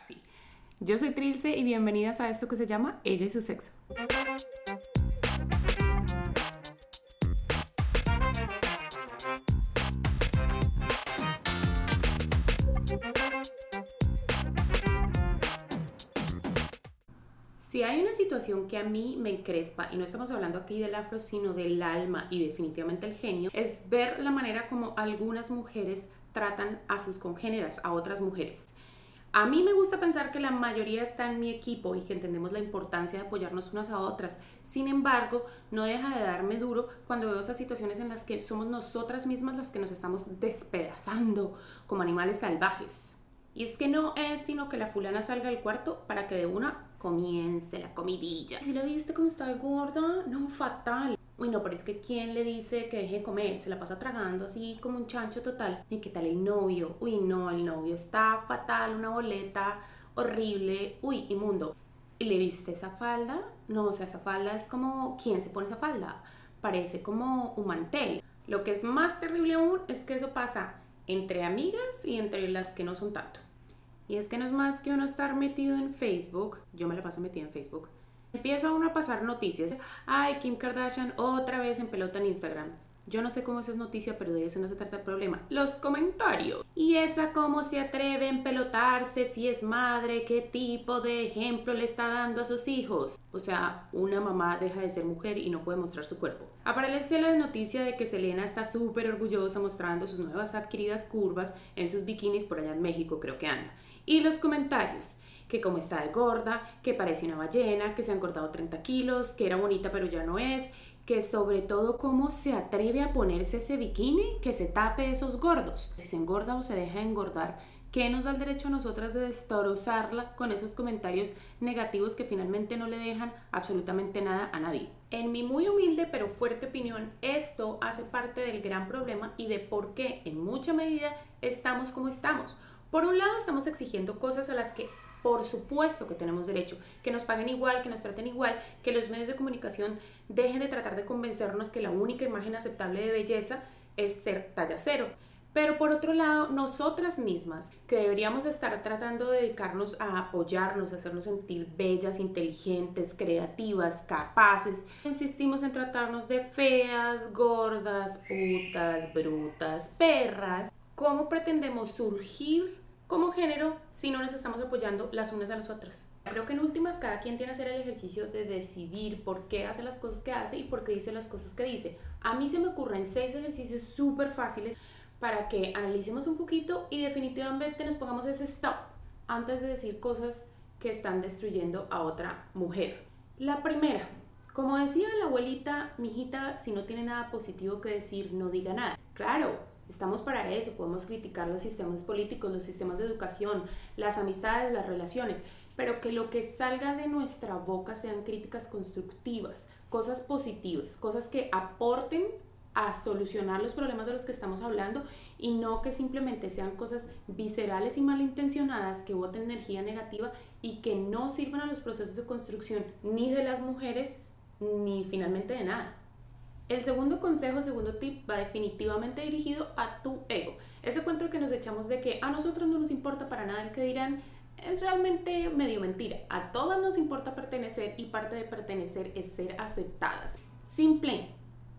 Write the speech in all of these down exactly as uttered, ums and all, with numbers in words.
fácil. Yo soy Trilce y bienvenidas a esto que se llama Ella y su sexo. Si hay una situación que a mí me encrespa, y no estamos hablando aquí del afro, sino del alma y definitivamente el genio, es ver la manera como algunas mujeres tratan a sus congéneras, a otras mujeres. A mí me gusta pensar que la mayoría está en mi equipo y que entendemos la importancia de apoyarnos unas a otras. Sin embargo, no deja de darme duro cuando veo esas situaciones en las que somos nosotras mismas las que nos estamos despedazando como animales salvajes. Y es que no es sino que la fulana salga del cuarto para que de una comience la comidilla. ¿Si la viste cómo está de gorda? No, fatal. Uy, no, pero es que ¿quién le dice que deje de comer? Se la pasa tragando así como un chancho total. ¿Y qué tal el novio? Uy, no, el novio está fatal, una boleta horrible. Uy, inmundo. ¿Y le viste esa falda? No, o sea, esa falda es como... ¿Quién se pone esa falda? Parece como un mantel. Lo que es más terrible aún es que eso pasa entre amigas y entre las que no son tanto. Y es que no es más que uno estar metido en Facebook. Yo me la paso metida en Facebook. Empieza uno a pasar noticias. Ay, Kim Kardashian otra vez en pelota en Instagram. Yo no sé cómo eso es noticia, pero de eso no se trata el problema. Los comentarios. Y esa cómo se atreve a empelotarse, si es madre, qué tipo de ejemplo le está dando a sus hijos. O sea, una mamá deja de ser mujer y no puede mostrar su cuerpo. Aparece la noticia de que Selena está súper orgullosa mostrando sus nuevas adquiridas curvas en sus bikinis por allá en México, creo que anda. Y los comentarios. Que como está de gorda, que parece una ballena, que se ha engordado treinta kilos, que era bonita pero ya no es, que sobre todo cómo se atreve a ponerse ese bikini, que se tape esos gordos. Si se engorda o se deja de engordar, ¿qué nos da el derecho a nosotras de destrozarla con esos comentarios negativos que finalmente no le dejan absolutamente nada a nadie? En mi muy humilde pero fuerte opinión, esto hace parte del gran problema y de por qué en mucha medida estamos como estamos. Por un lado, estamos exigiendo cosas a las que por supuesto que tenemos derecho, que nos paguen igual, que nos traten igual, que los medios de comunicación dejen de tratar de convencernos que la única imagen aceptable de belleza es ser talla cero. Pero por otro lado, nosotras mismas, que deberíamos estar tratando de dedicarnos a apoyarnos, a hacernos sentir bellas, inteligentes, creativas, capaces, insistimos en tratarnos de feas, gordas, putas, brutas, perras. ¿Cómo pretendemos surgir como género si no nos estamos apoyando las unas a las otras? Creo que en últimas cada quien tiene que hacer el ejercicio de decidir por qué hace las cosas que hace y por qué dice las cosas que dice. A mí se me ocurren seis ejercicios súper fáciles para que analicemos un poquito y definitivamente nos pongamos ese stop antes de decir cosas que están destruyendo a otra mujer. La primera, como decía la abuelita, mijita, si no tiene nada positivo que decir, no diga nada. Claro, estamos para eso, podemos criticar los sistemas políticos, los sistemas de educación, las amistades, las relaciones, pero que lo que salga de nuestra boca sean críticas constructivas, cosas positivas, cosas que aporten a solucionar los problemas de los que estamos hablando y no que simplemente sean cosas viscerales y malintencionadas que boten energía negativa y que no sirvan a los procesos de construcción ni de las mujeres ni finalmente de nada. El segundo consejo, el segundo tip va definitivamente dirigido a tu ego. Ese cuento que nos echamos de que a nosotros no nos importa para nada el que dirán es realmente medio mentira. A todas nos importa pertenecer y parte de pertenecer es ser aceptadas. Simple.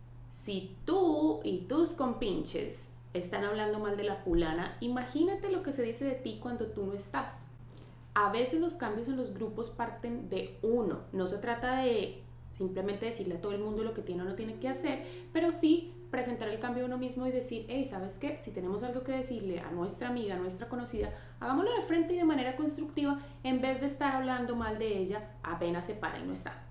Si tú y tus compinches están hablando mal de la fulana, imagínate lo que se dice de ti cuando tú no estás. A veces los cambios en los grupos parten de uno. No se trata de simplemente decirle a todo el mundo lo que tiene o no tiene que hacer, pero sí presentar el cambio a uno mismo y decir, hey, ¿sabes qué? Si tenemos algo que decirle a nuestra amiga, a nuestra conocida, hagámoslo de frente y de manera constructiva en vez de estar hablando mal de ella apenas se para y no está.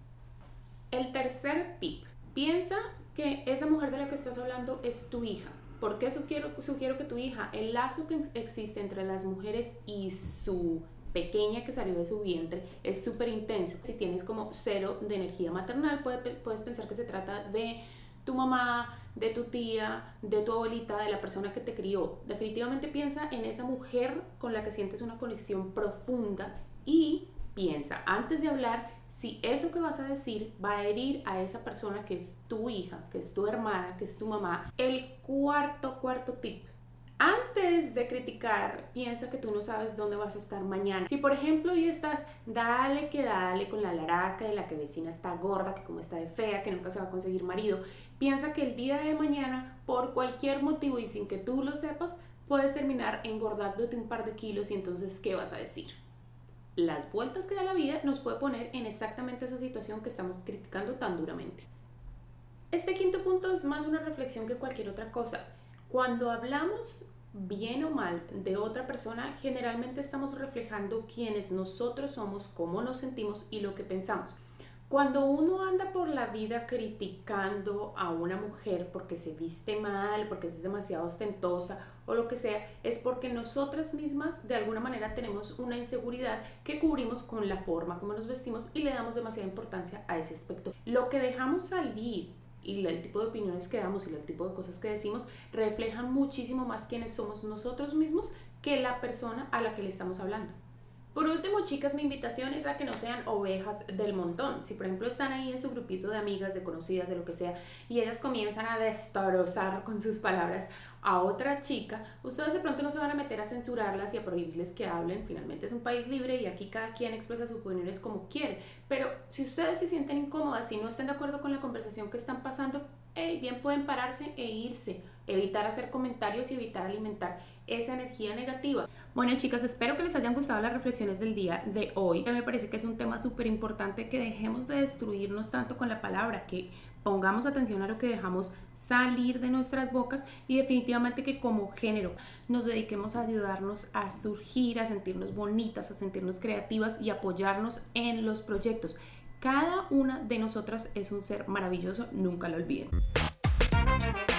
El tercer tip, piensa que esa mujer de la que estás hablando es tu hija. ¿Por qué sugiero, sugiero que tu hija? El lazo que existe entre las mujeres y su pequeña que salió de su vientre es súper intenso. Si tienes como cero de energía maternal, puede, puedes pensar que se trata de tu mamá, de tu tía, de tu abuelita, de la persona que te crió. Definitivamente piensa en esa mujer con la que sientes una conexión profunda y piensa antes de hablar si eso que vas a decir va a herir a esa persona que es tu hija, que es tu hermana, que es tu mamá. El cuarto, cuarto tip. Antes de criticar, piensa que tú no sabes dónde vas a estar mañana. Si por ejemplo hoy estás, dale que dale con la laraca de la que vecina está gorda, que como está de fea, que nunca se va a conseguir marido, piensa que el día de mañana, por cualquier motivo y sin que tú lo sepas, puedes terminar engordándote un par de kilos y entonces, ¿qué vas a decir? Las vueltas que da la vida nos puede poner en exactamente esa situación que estamos criticando tan duramente. Este quinto punto es más una reflexión que cualquier otra cosa. Cuando hablamos bien o mal de otra persona, generalmente estamos reflejando quiénes nosotros somos, cómo nos sentimos y lo que pensamos. Cuando uno anda por la vida criticando a una mujer porque se viste mal, porque es demasiado ostentosa o lo que sea, es porque nosotras mismas de alguna manera tenemos una inseguridad que cubrimos con la forma como nos vestimos y le damos demasiada importancia a ese aspecto. Lo que dejamos salir y el tipo de opiniones que damos y el tipo de cosas que decimos reflejan muchísimo más quiénes somos nosotros mismos que la persona a la que le estamos hablando. Por último, chicas, mi invitación es a que no sean ovejas del montón. Si por ejemplo están ahí en su grupito de amigas, de conocidas, de lo que sea, y ellas comienzan a destrozar con sus palabras a otra chica, ustedes de pronto no se van a meter a censurarlas y a prohibirles que hablen. Finalmente es un país libre y aquí cada quien expresa sus opiniones como quiere. Pero si ustedes se sienten incómodas, si no están de acuerdo con la conversación que están pasando, hey, bien pueden pararse e irse, evitar hacer comentarios y evitar alimentar esa energía negativa. Bueno, chicas, espero que les hayan gustado las reflexiones del día de hoy. Me parece que es un tema súper importante que dejemos de destruirnos tanto con la palabra, que pongamos atención a lo que dejamos salir de nuestras bocas y definitivamente que como género nos dediquemos a ayudarnos a surgir, a sentirnos bonitas, a sentirnos creativas y apoyarnos en los proyectos. Cada una de nosotras es un ser maravilloso, nunca lo olviden.